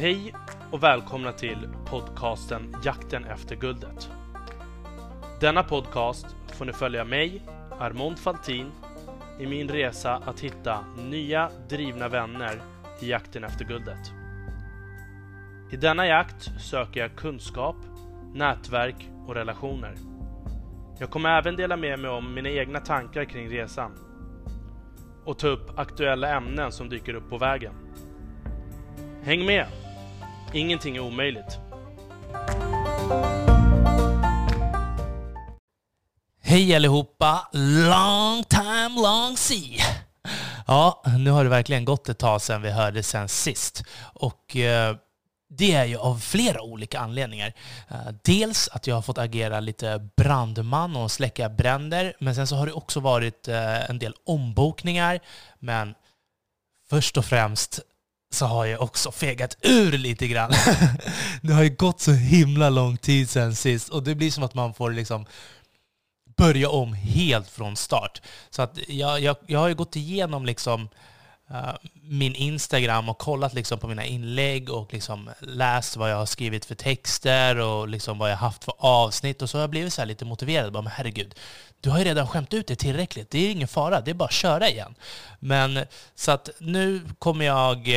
Hej och välkomna till podcasten Jakten efter guldet. Denna podcast får ni följa mig, Armond Faltin, i min resa att hitta nya drivna vänner i jakten efter guldet. I denna jakt söker jag kunskap, nätverk och relationer. Jag kommer även dela med mig om mina egna tankar kring resan och ta upp aktuella ämnen som dyker upp på vägen. Häng med! Ingenting är omöjligt. Hej allihopa! Long time, long see! Ja, nu har det verkligen gått ett tag sedan vi hörde sen sist. Och det är ju av flera olika anledningar. Dels att jag har fått agera lite brandman och släcka bränder. Men sen så har det också varit en del ombokningar. Men först och främst så har jag också fegat ur lite grann. Det har ju gått så himla lång tid sedan sist. Och det blir som att man får liksom börja om helt från start. Så att jag har ju gått igenom liksom min Instagram och kollat liksom på mina inlägg och liksom läst vad jag har skrivit för texter och liksom vad jag haft för avsnitt. Och så har jag blivit så här lite motiverad. Men herregud, du har ju redan skämt ut det tillräckligt. Det är ingen fara, det är bara att köra igen. Men så att nu kommer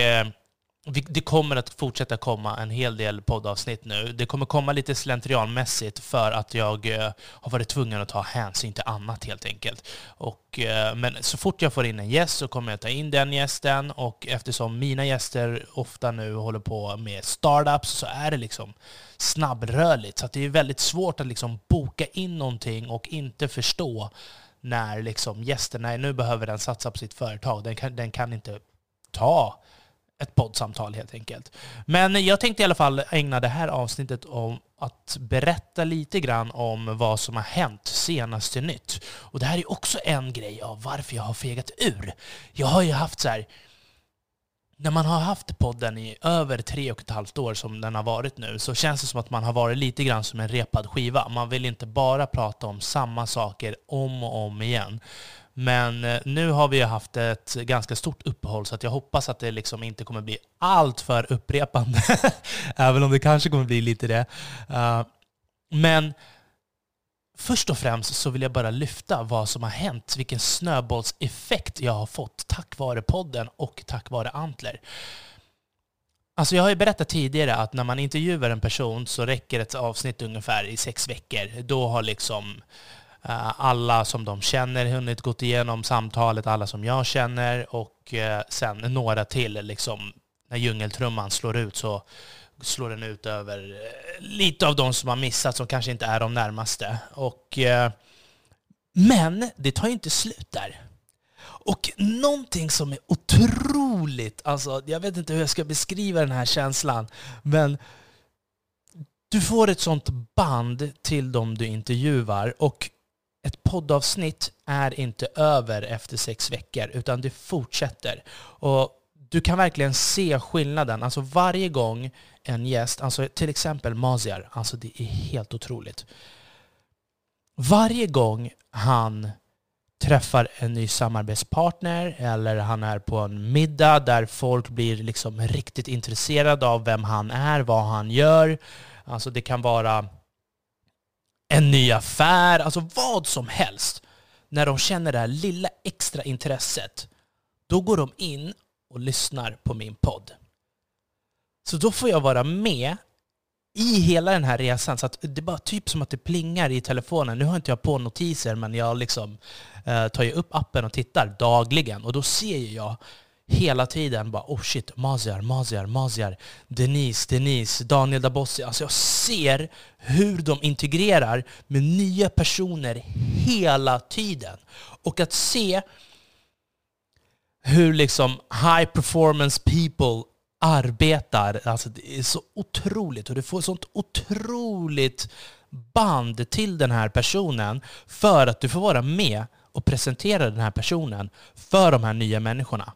det kommer att fortsätta komma en hel del poddavsnitt nu. Det kommer komma lite slentrianmässigt för att jag har varit tvungen att ta hänsyn till annat helt enkelt. Men så fort jag får in en gäst så kommer jag ta in den gästen. Och eftersom mina gäster ofta nu håller på med startups så är det liksom snabbrörligt. Så att det är väldigt svårt att liksom boka in någonting och inte förstå när liksom gästerna nu behöver den satsa på sitt företag. Den kan inte ta ett poddsamtal helt enkelt. Men jag tänkte i alla fall ägna det här avsnittet om att berätta lite grann om vad som har hänt senaste nytt. Och det här är också en grej av varför jag har fegat ur. Jag har ju haft så här, när man har haft podden i över 3,5 år som den har varit nu, så känns det som att man har varit lite grann som en repad skiva. Man vill inte bara prata om samma saker om och om igen. Men nu har vi haft ett ganska stort uppehåll så att jag hoppas att det liksom inte kommer bli allt för upprepande. Även om det kanske kommer bli lite det. Men först och främst så vill jag bara lyfta vad som har hänt. Vilken snöbollseffekt jag har fått tack vare podden och tack vare Antler. Alltså jag har ju berättat tidigare att när man intervjuar en person så räcker ett avsnitt ungefär i 6 veckor. Då har liksom alla som de känner hunnit gått igenom samtalet, alla som jag känner och sen några till. Liksom, när djungeltrumman slår ut så slår den ut över lite av de som har missat som kanske inte är de närmaste. Men det tar ju inte slut där. Och någonting som är otroligt, alltså jag vet inte hur jag ska beskriva den här känslan, men du får ett sånt band till dem du intervjuar och ett poddavsnitt är inte över efter 6 veckor utan det fortsätter. Och du kan verkligen se skillnaden. Alltså varje gång en gäst, alltså till exempel Maziar, alltså det är helt otroligt. Varje gång han träffar en ny samarbetspartner eller han är på en middag där folk blir liksom riktigt intresserade av vem han är, vad han gör. Alltså det kan vara en ny affär, alltså vad som helst. När de känner det här lilla extra intresset, då går de in och lyssnar på min podd. Så då får jag vara med i hela den här resan. Så att det är bara typ som att det plingar i telefonen. Nu har inte jag på notiser, men jag liksom tar ju upp appen och tittar dagligen. Och då ser jag hela tiden bara, oh shit, Maziar, Denise, Daniel Dabossi. Alltså jag ser hur de integrerar med nya personer hela tiden. Och att se hur liksom high performance people arbetar, alltså det är så otroligt. Och du får sånt otroligt band till den här personen för att du får vara med och presentera den här personen för de här nya människorna.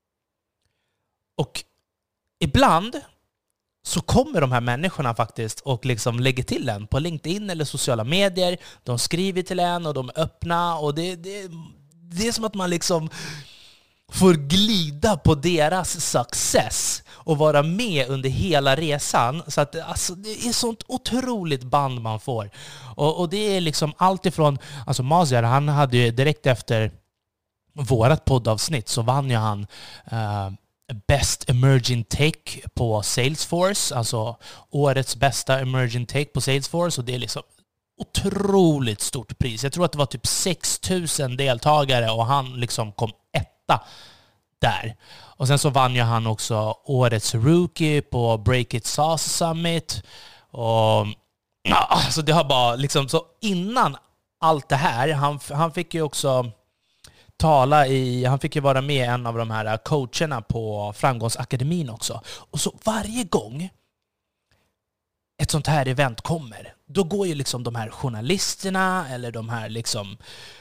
Och ibland så kommer de här människorna faktiskt och liksom lägger till en på LinkedIn eller sociala medier. De skriver till en och de är öppna och det är som att man liksom får glida på deras success och vara med under hela resan. Så att, alltså, det är sånt otroligt band man får. Och det är liksom allt ifrån... Alltså Maziar, han hade ju direkt efter vårat poddavsnitt så vann ju han Best Emerging Take på Salesforce. Alltså årets bästa Emerging Take på Salesforce. Och det är liksom otroligt stort pris. Jag tror att det var typ 6 000 deltagare och han liksom kom etta där. Och sen så vann ju han också årets rookie på Break It Sauce Summit. Och alltså det har bara liksom, så innan allt det här, han fick ju också han fick ju vara med en av de här coacherna på Framgångsakademin också. Och så varje gång ett sånt här event kommer, då går ju liksom de här journalisterna eller de här liksom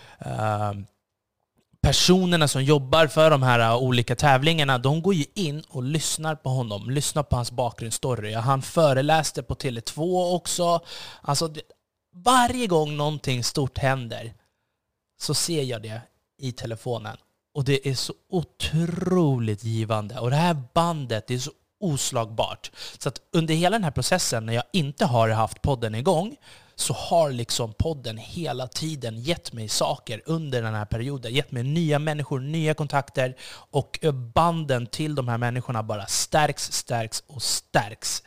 personerna som jobbar för de här olika tävlingarna, de går ju in och lyssnar på honom, lyssnar på hans bakgrundsstory. Han föreläste på Tele2 också. Alltså varje gång någonting stort händer så ser jag det i telefonen. Och det är så otroligt givande. Och det här bandet är så oslagbart. Så att under hela den här processen, när jag inte har haft podden igång, så har liksom podden hela tiden gett mig saker under den här perioden. Gett mig nya människor, nya kontakter. Och banden till de här människorna bara stärks och stärks.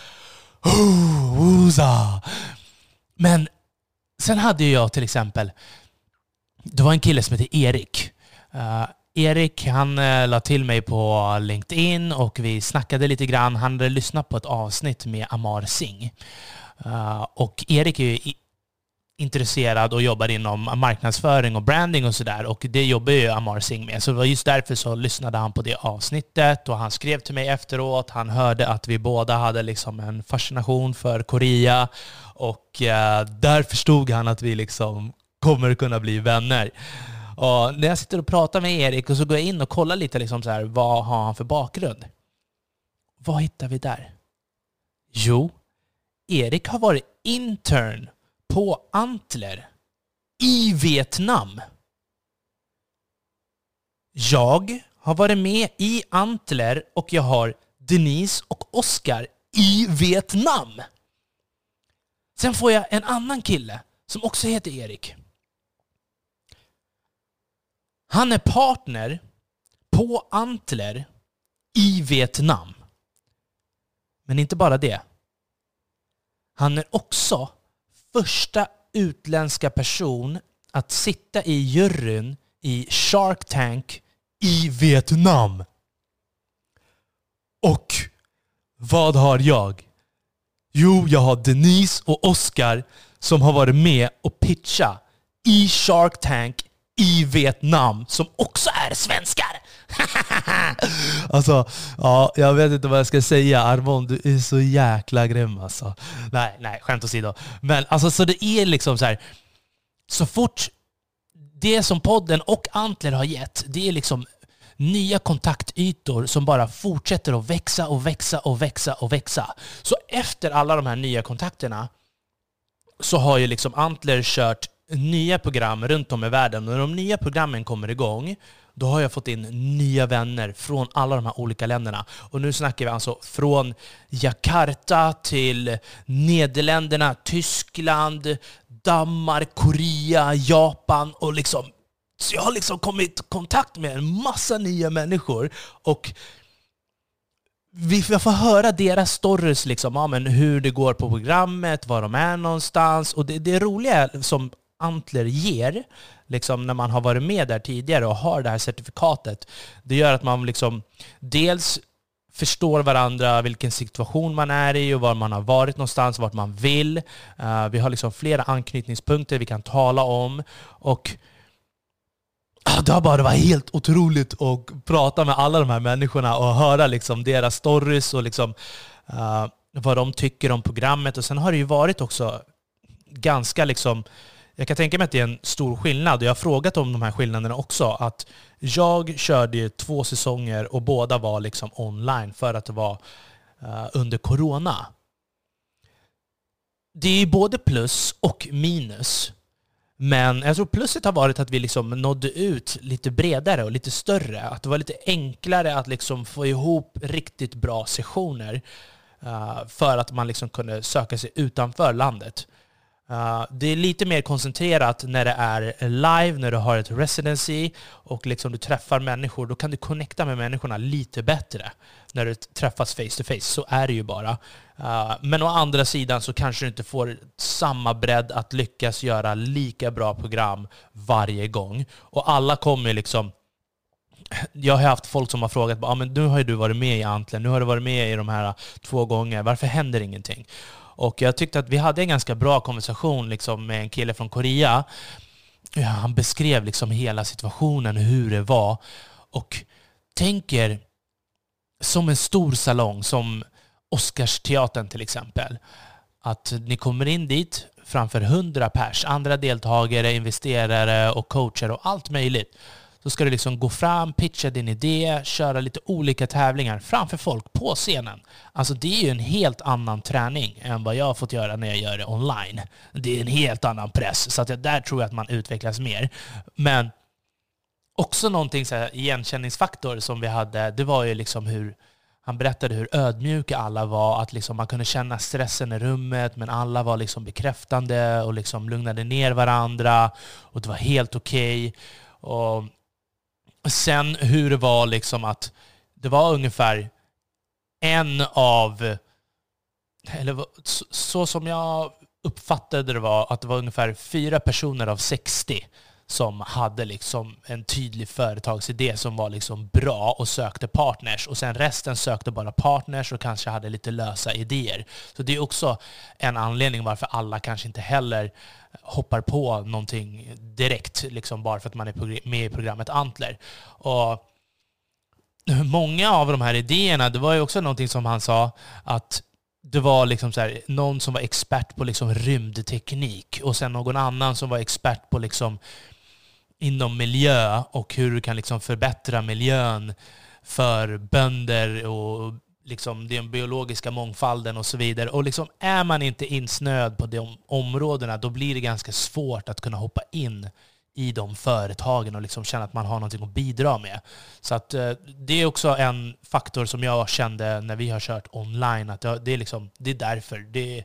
Men sen hade jag till exempel... Det var en kille som heter Erik. Erik, han la till mig på LinkedIn och vi snackade lite grann. Han hade lyssnat på ett avsnitt med Amar Singh. Och Erik är ju intresserad och jobbar inom marknadsföring och branding och sådär. Och det jobbar ju Amar Singh med. Så det var just därför så lyssnade han på det avsnittet. Och han skrev till mig efteråt. Han hörde att vi båda hade liksom en fascination för Korea. Och där förstod han att vi liksom kommer kunna bli vänner. Och när jag sitter och pratar med Erik och så går jag in och kollar lite liksom så här, vad har han för bakgrund? Vad hittar vi där? Jo, Erik har varit intern på Antler i Vietnam. Jag har varit med i Antler och jag har Denise och Oscar i Vietnam. Sen får jag en annan kille som också heter Erik. Han är partner på Antler i Vietnam. Men inte bara det. Han är också första utländska person att sitta i juryn i Shark Tank i Vietnam. Och vad har jag? Jo, jag har Denise och Oscar som har varit med och pitcha i Shark Tank i Vietnam, som också är svenskar. Alltså, ja, jag vet inte vad jag ska säga. Armon, du är så jäkla grym alltså. Nej, skämt åsido. Men alltså, så det är liksom så här, så fort det som podden och Antler har gett, det är liksom nya kontaktytor som bara fortsätter att växa och växa och växa och växa. Så efter alla de här nya kontakterna så har ju liksom Antler kört nya program runt om i världen. När de nya programmen kommer igång, då har jag fått in nya vänner från alla de här olika länderna. Och nu snackar vi alltså från Jakarta till Nederländerna, Tyskland, Danmark, Korea, Japan och liksom, så jag har liksom kommit i kontakt med en massa nya människor och vi får höra deras stories liksom, ja, men hur det går på programmet, var de är någonstans. Och det roliga som Antler ger, liksom, när man har varit med där tidigare och har det här certifikatet, det gör att man liksom dels förstår varandra, vilken situation man är i och var man har varit någonstans, vart man vill. Vi har liksom flera anknytningspunkter vi kan tala om. Och det har bara varit helt otroligt att prata med alla de här människorna och höra liksom deras stories och liksom, vad de tycker om programmet. Och sen har det ju varit också ganska liksom, jag kan tänka mig att det är en stor skillnad. Jag har frågat om de här skillnaderna också. Att jag körde 2 säsonger och båda var liksom online för att det var under corona. Det är både plus och minus. Men jag tror plusset har varit att vi liksom nådde ut lite bredare och lite större. Att det var lite enklare att liksom få ihop riktigt bra sessioner för att man liksom kunde söka sig utanför landet. Det är lite mer koncentrerat när det är live, när du har ett residency och liksom du träffar människor. Då kan du connecta med människorna lite bättre när du träffas face to face. Så är det ju bara. Men å andra sidan så kanske du inte får samma bredd att lyckas göra lika bra program varje gång. Och alla kommer liksom... Jag har haft folk som har frågat, men nu har ju du varit med i Antler, nu har du varit med i de här 2 gånger, varför händer ingenting? Och jag tyckte att vi hade en ganska bra konversation liksom, med en kille från Korea. Han beskrev liksom hela situationen, hur det var. Och tänker som en stor salong, som Oscarsteatern till exempel. Att ni kommer in dit framför 100 pers, andra deltagare, investerare och coacher och allt möjligt. Så ska du liksom gå fram, pitcha din idé, köra lite olika tävlingar framför folk på scenen. Alltså det är ju en helt annan träning än vad jag har fått göra när jag gör det online. Det är en helt annan press, så att där tror jag att man utvecklas mer. Men också någonting så här, igenkänningsfaktor som vi hade, det var ju liksom hur han berättade hur ödmjuka alla var, att liksom man kunde känna stressen i rummet, men alla var liksom bekräftande och liksom lugnade ner varandra och det var helt okej. Och sen hur det var liksom att det var ungefär en av, eller så som jag uppfattade det var, att det var ungefär 4 personer av 60 som hade liksom en tydlig företagsidé som var liksom bra och sökte partners. Och sen resten sökte bara partners och kanske hade lite lösa idéer. Så det är också en anledning varför alla kanske inte heller hoppar på någonting direkt, liksom bara för att man är med i programmet Antler. Och många av de här idéerna, det var ju också någonting som han sa, att det var liksom så här, någon som var expert på liksom rymdteknik och sen någon annan som var expert på liksom inom miljö och hur du kan liksom förbättra miljön för bönder och liksom den biologiska mångfalden och så vidare. Och liksom är man inte insnöd på de områdena, då blir det ganska svårt att kunna hoppa in i de företagen och liksom känna att man har någonting att bidra med. Så att det är också en faktor som jag kände när vi har kört online, att det är liksom, det är därför.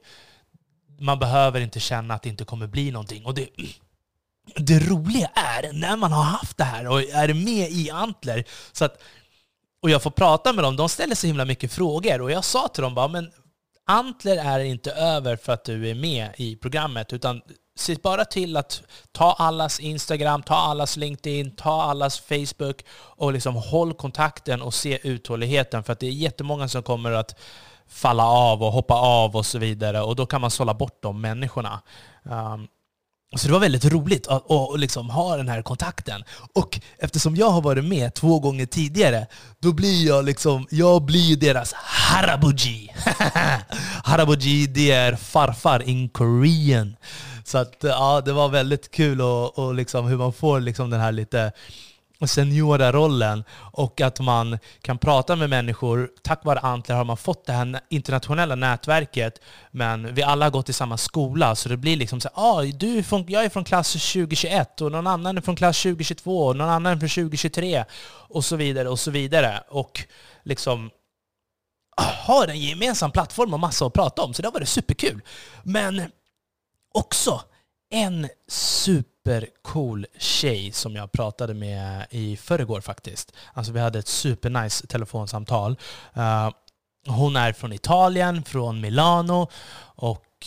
Man behöver inte känna att det inte kommer bli någonting. Och det roliga är när man har haft det här och är med i Antler, så att, och jag får prata med dem, de ställer så himla mycket frågor och jag sa till dem bara, men Antler är inte över för att du är med i programmet, utan se bara till att ta allas Instagram, ta allas LinkedIn, ta allas Facebook och liksom håll kontakten och se uthålligheten, för att det är jättemånga som kommer att falla av och hoppa av och så vidare, och då kan man sålla bort de människorna. Så det var väldigt roligt att liksom ha den här kontakten. Och eftersom jag har varit med 2 gånger tidigare, då blir jag blir deras harabuji. Harabuji, det är farfar in Korean. Så att, ja, det var väldigt kul och liksom hur man får liksom den här lite seniora rollen, och att man kan prata med människor. Tack vare Antler har man fått det här internationella nätverket, men vi alla har gått i samma skola, så det blir liksom så här, jag är från klass 2021 och någon annan är från klass 2022 och någon annan är från 2023 och så vidare och så vidare, och liksom har en gemensam plattform och massa att prata om, så det var det superkul. Men också en supercool tjej som jag pratade med i förrgår faktiskt. Alltså vi hade ett supernice telefonsamtal. Hon är från Italien, från Milano, och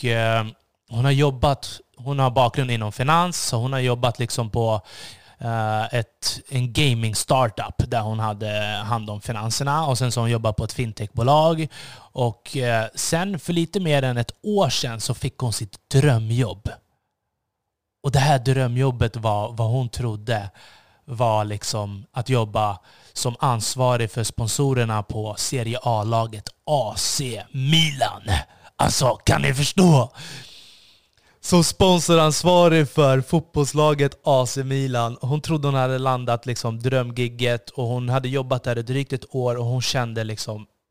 hon har bakgrund inom finans, så hon har jobbat liksom på en gaming startup där hon hade hand om finanserna, och sen så har hon jobbat på ett fintechbolag, och sen för lite mer än ett år sedan så fick hon sitt drömjobb. Och det här drömjobbet var vad hon trodde var liksom att jobba som ansvarig för sponsorerna på Serie A-laget AC Milan. Alltså, kan ni förstå? Som sponsoransvarig för fotbollslaget AC Milan. Hon trodde hon hade landat liksom drömgigget, och hon hade jobbat där drygt ett år, och hon kände liksom,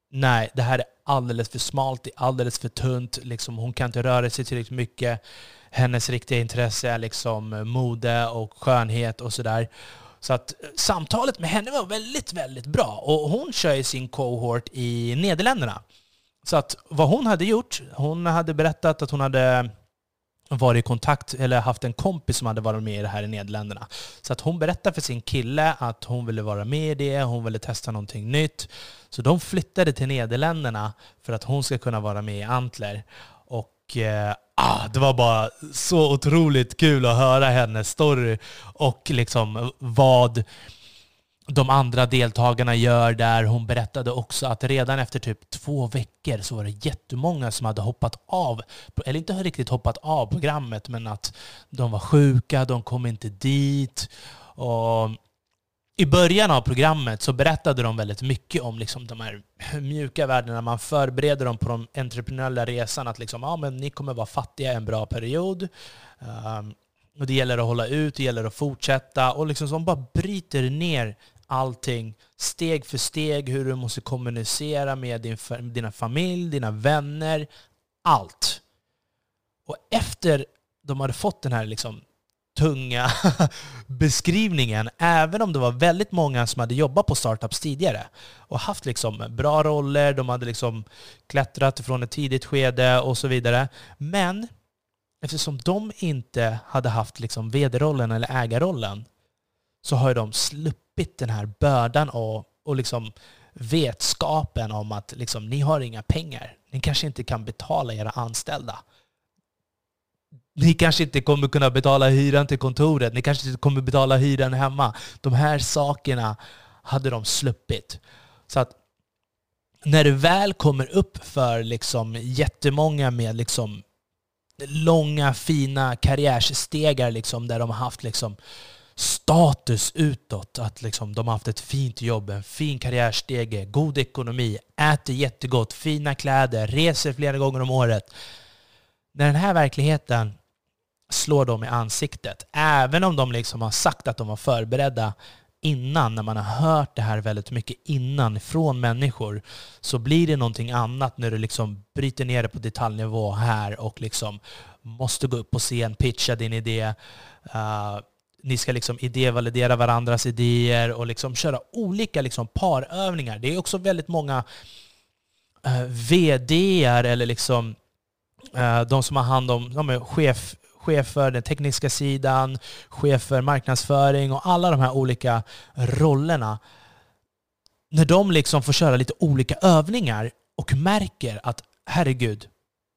nej, det här är alldeles för smalt, det är alldeles för tunt. Liksom, hon kan inte röra sig tillräckligt mycket. Hennes riktiga intresse är liksom mode och skönhet och sådär. Så att samtalet med henne var väldigt, väldigt bra. Och hon kör ju sin cohort i Nederländerna. Så att vad hon hade gjort, hon hade berättat att hon hade varit i kontakt eller haft en kompis som hade varit med i det här i Nederländerna. Så att hon berättade för sin kille att hon ville vara med i det, hon ville testa någonting nytt. Så de flyttade till Nederländerna för att hon ska kunna vara med i Antler. Och det var bara så otroligt kul att höra hennes story och liksom vad de andra deltagarna gör där. Hon berättade också att redan efter typ 2 veckor så var det jättemånga som hade hoppat av, eller inte riktigt hoppat av programmet, men att de var sjuka, de kom inte dit. Och i början av programmet så berättade de väldigt mycket om liksom de här mjuka värdena. Man förbereder dem på den entreprenöriella resan att liksom, men ni kommer vara fattiga en bra period. Och det gäller att hålla ut, det gäller att fortsätta. Och liksom de bara bryter ner allting steg för steg, hur du måste kommunicera med dina familj, dina vänner, allt. Och efter de hade fått den här liksom tunga beskrivningen, även om det var väldigt många som hade jobbat på startups tidigare och haft liksom bra roller, de hade liksom klättrat från ett tidigt skede och så vidare. Men eftersom de inte hade haft liksom vd-rollen eller ägarrollen så har de sluppit den här bördan och liksom vetskapen om att liksom, ni har inga pengar. Ni kanske inte kan betala era anställda. Ni kanske inte kommer kunna betala hyran till kontoret. Ni kanske inte kommer betala hyran hemma. De här sakerna hade de sluppit. Så att när det väl kommer upp för liksom jättemånga med liksom långa, fina karriärstegar liksom, där de har haft liksom status utåt, att liksom de har haft ett fint jobb, en fin karriärstege, god ekonomi, äter jättegott, fina kläder, reser flera gånger om året. När den här verkligheten slår dem i ansiktet, även om de liksom har sagt att de var förberedda innan, när man har hört det här väldigt mycket innan från människor, så blir det någonting annat när du liksom bryter ner det på detaljnivå här och liksom måste gå upp på scen, pitcha din idé. Ni ska liksom idévalidera varandras idéer och liksom köra olika liksom parövningar. Det är också väldigt många vd:ar eller liksom de som har hand om, de är chef för den tekniska sidan, chef för marknadsföring och alla de här olika rollerna. När de liksom får köra lite olika övningar och märker att herregud,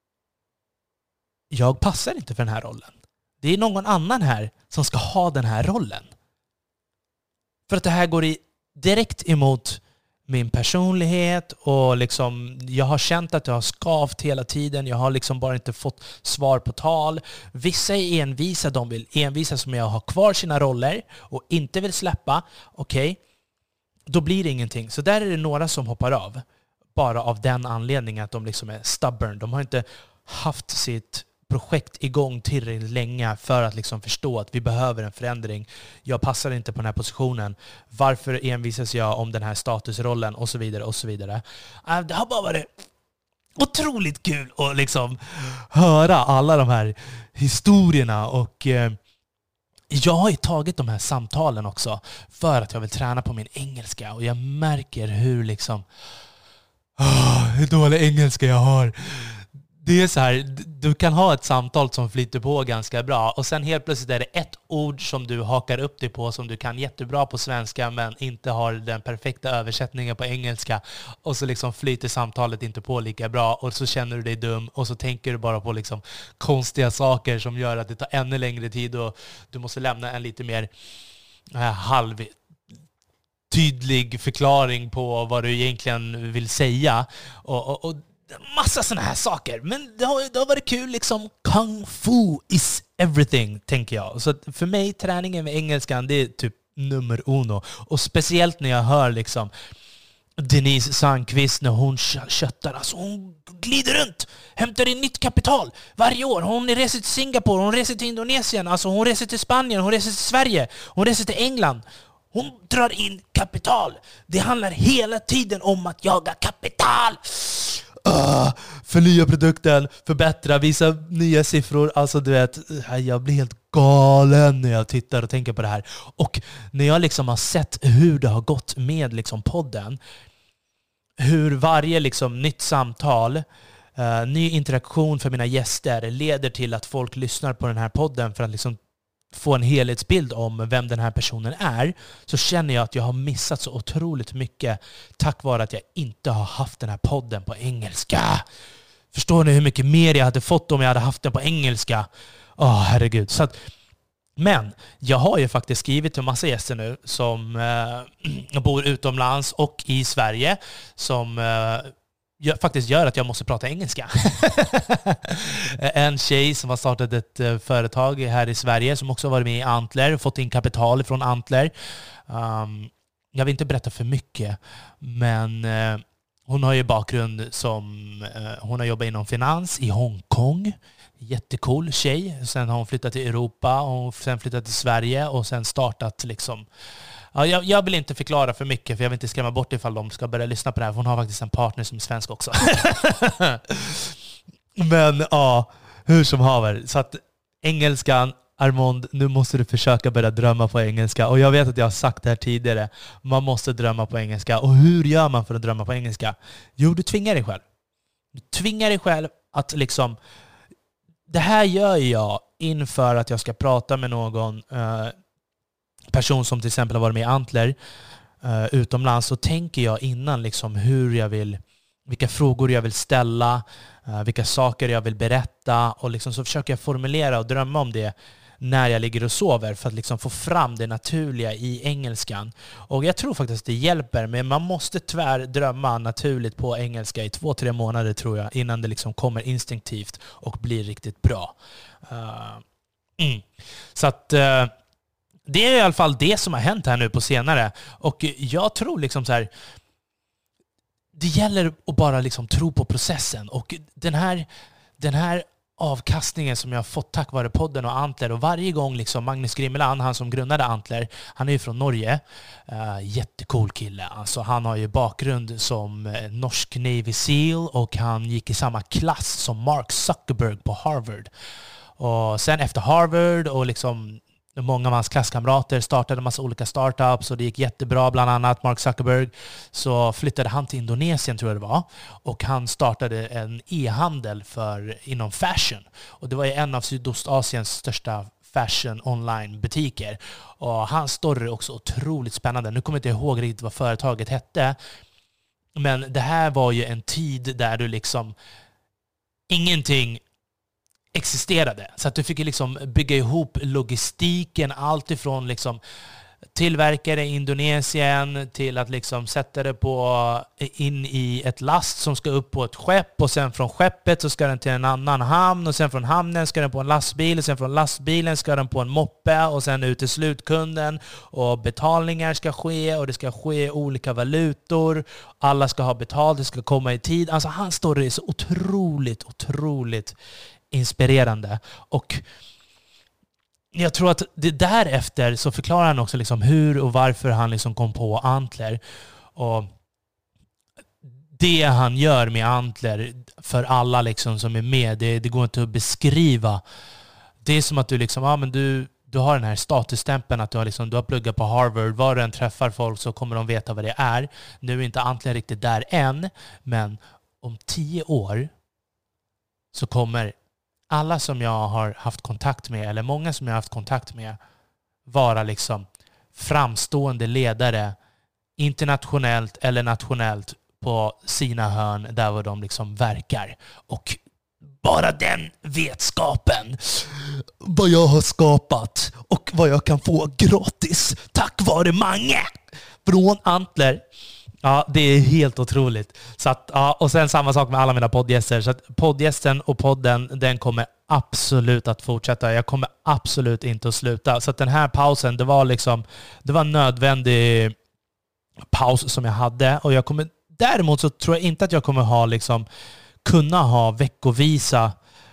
jag passar inte för den här rollen. Det är någon annan här som ska ha den här rollen. För att det här går direkt emot min personlighet och liksom, jag har känt att jag har skavt hela tiden. Jag har liksom bara inte fått svar på tal. Vissa är envisa, de vill envisa som jag har kvar sina roller och inte vill släppa. Okej, då blir det ingenting. Så där är det några som hoppar av. Bara av den anledningen att de liksom är stubborn. De har inte haft sitt projekt igång tillräckligt länge för att liksom förstå att vi behöver en förändring. Jag passar inte på den här positionen. Varför envisas jag om den här statusrollen och så vidare och så vidare. Det har bara varit otroligt kul att liksom höra alla de här historierna, och jag har ju tagit de här samtalen också för att jag vill träna på min engelska, och jag märker hur liksom hur dålig engelska jag har. Det är så här, du kan ha ett samtal som flyter på ganska bra och sen helt plötsligt är det ett ord som du hakar upp dig på som du kan jättebra på svenska men inte har den perfekta översättningen på engelska, och så liksom flyter samtalet inte på lika bra och så känner du dig dum och så tänker du bara på liksom konstiga saker som gör att det tar ännu längre tid och du måste lämna en lite mer halvtydlig förklaring på vad du egentligen vill säga och massa såna här saker. Men det har varit kul liksom. Kung fu is everything, tänker jag. Så för mig, träningen med engelskan, det är typ nummer 1. Och speciellt när jag hör liksom Denise Sandqvist när hon köttar. Alltså hon glider runt, hämtar in nytt kapital varje år. Hon reser till Singapore, hon reser till Indonesien, alltså hon reser till Spanien, hon reser till Sverige, hon reser till England. Hon drar in kapital. Det handlar hela tiden om att jaga kapital. Förnya produkten, förbättra, visa nya siffror. Alltså du vet, jag blir helt galen när jag tittar och tänker på det här. Och när jag liksom har sett hur det har gått med liksom podden, hur varje liksom nytt samtal, ny interaktion för mina gäster leder till att folk lyssnar på den här podden för att liksom få en helhetsbild om vem den här personen är, så känner jag att jag har missat så otroligt mycket tack vare att jag inte har haft den här podden på engelska. Förstår ni hur mycket mer jag hade fått om jag hade haft den på engelska? Herregud. Så att, men jag har ju faktiskt skrivit till en massa gäster nu som bor utomlands och i Sverige som faktiskt gör att jag måste prata engelska. En tjej som har startat ett företag här i Sverige som också har varit med i Antler, fått in kapital från Antler. Jag vill inte berätta för mycket, men hon har ju bakgrund som hon har jobbat inom finans i Hongkong. Jättecool tjej. Sen har hon flyttat till Europa och sen flyttat till Sverige och sen startat liksom. Ja, jag vill inte förklara för mycket för jag vill inte skrämma bort ifall de ska börja lyssna på det här. För hon har faktiskt en partner som är svensk också. Men ja, hur som haver. Så att engelskan, Armond, nu måste du försöka börja drömma på engelska. Och jag vet att jag har sagt det här tidigare. Man måste drömma på engelska. Och hur gör man för att drömma på engelska? Jo, du tvingar dig själv. Du tvingar dig själv att liksom... Det här gör jag inför att jag ska prata med någon person som till exempel har varit med i Antler utomlands, så tänker jag innan liksom hur jag vill, vilka frågor jag vill ställa, vilka saker jag vill berätta, och liksom så försöker jag formulera och drömma om det när jag ligger och sover för att liksom få fram det naturliga i engelskan. Och jag tror faktiskt att det hjälper, men man måste tyvärr drömma naturligt på engelska i 2-3 månader tror jag, innan det liksom kommer instinktivt och blir riktigt bra. Så att det är i alla fall det som har hänt här nu på senare. Och jag tror liksom så här, det gäller att bara liksom tro på processen. Och den här avkastningen som jag har fått tack vare podden och Antler, och varje gång liksom Magnus Grimmeland, han som grundade Antler, han är ju från Norge, jättecool kille. Alltså han har ju bakgrund som norsk Navy Seal och han gick i samma klass som Mark Zuckerberg på Harvard. Och sen efter Harvard och liksom många av hans klasskamrater startade en massa olika startups och det gick jättebra, bland annat Mark Zuckerberg, så flyttade han till Indonesien tror jag det var, och han startade en e-handel inom fashion, och det var ju en av Sydostasiens största fashion online-butiker. Och hans story är också otroligt spännande. Nu kommer jag inte ihåg riktigt vad företaget hette, men det här var ju en tid där du liksom ingenting existerade. Så att du fick liksom bygga ihop logistiken, allt ifrån liksom tillverkare i Indonesien till att liksom sätta det in i ett last som ska upp på ett skepp, och sen från skeppet så ska den till en annan hamn, och sen från hamnen ska den på en lastbil, och sen från lastbilen ska den på en moppe, och sen ut till slutkunden, och betalningar ska ske, och det ska ske olika valutor, alla ska ha betalt, det ska komma i tid. Alltså hans story är så otroligt inspirerande. Och jag tror att det därefter så förklarar han också liksom hur och varför han liksom kom på Antler. Och det han gör med Antler för alla liksom som är med, det går inte att beskriva. Det är som att du liksom, men du har den här statusstämpeln att du har pluggat på Harvard. Var du än träffar folk så kommer de veta vad det är. Nu är inte Antler riktigt där än, men om 10 år så kommer alla som jag har haft kontakt med, eller många som jag har haft kontakt med, vara liksom framstående ledare internationellt eller nationellt på sina hörn där var de liksom verkar. Och bara den vetskapen, vad jag har skapat och vad jag kan få gratis tack vare Mange från Antler. Ja, det är helt otroligt. Så att, ja, och sen samma sak med alla mina poddgäster. Så att poddgästen och podden, den kommer absolut att fortsätta. Jag kommer absolut inte att sluta. Så att den här pausen, det var en nödvändig paus som jag hade. Och däremot så tror jag inte att jag kommer kunna ha veckovisa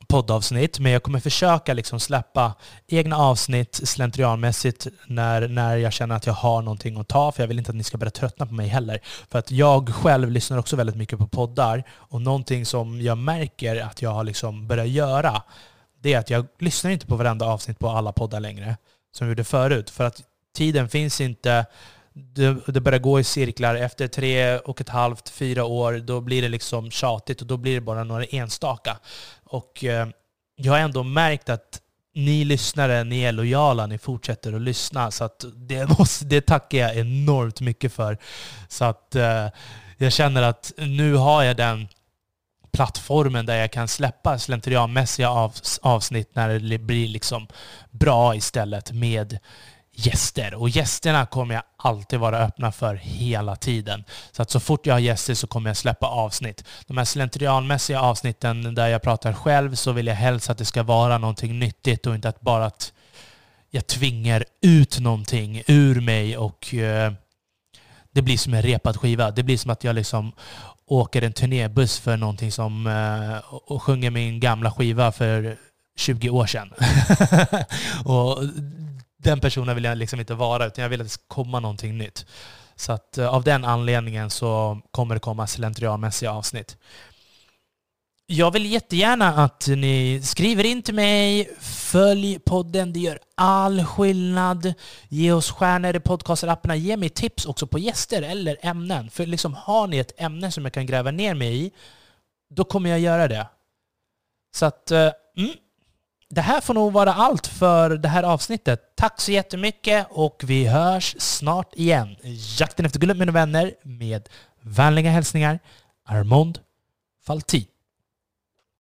poddavsnitt, men jag kommer försöka liksom släppa egna avsnitt slentrianmässigt när jag känner att jag har någonting att ta, för jag vill inte att ni ska börja tröttna på mig heller. För att jag själv lyssnar också väldigt mycket på poddar, och någonting som jag märker att jag har liksom börjat göra, det är att jag lyssnar inte på varenda avsnitt på alla poddar längre som jag gjorde förut, för att tiden finns inte. Det börjar gå i cirklar. Efter 3,5-4 år, då blir det liksom tjatigt, och då blir det bara några enstaka. Och jag har ändå märkt att ni lyssnare, ni är lojala, ni fortsätter att lyssna, så att det tackar jag enormt mycket för. Så att jag känner att nu har jag den plattformen där jag kan släppa slentrianmässiga avsnitt när det blir liksom bra istället med gäster. Och gästerna kommer jag alltid vara öppna för hela tiden. Så att så fort jag har gäster så kommer jag släppa avsnitt. De här slentrianmässiga avsnitten där jag pratar själv, så vill jag helst att det ska vara någonting nyttigt och inte att bara att jag tvingar ut någonting ur mig och det blir som en repad skiva. Det blir som att jag liksom åker en turnébuss för någonting som och sjunger min gamla skiva för 20 år sedan. Och den personen vill jag liksom inte vara, utan jag vill att det ska komma någonting nytt. Så att av den anledningen så kommer det komma slentrianmässiga avsnitt. Jag vill jättegärna att ni skriver in till mig, följ podden, det gör all skillnad. Ge oss stjärnor i podcastapparna, ge mig tips också på gäster eller ämnen. För liksom, har ni ett ämne som jag kan gräva ner mig i, då kommer jag göra det. Så att det här får nog vara allt för det här avsnittet. Tack så jättemycket, och vi hörs snart igen. Jakten efter guldet, mina vänner, med vänliga hälsningar, Armond Faltin.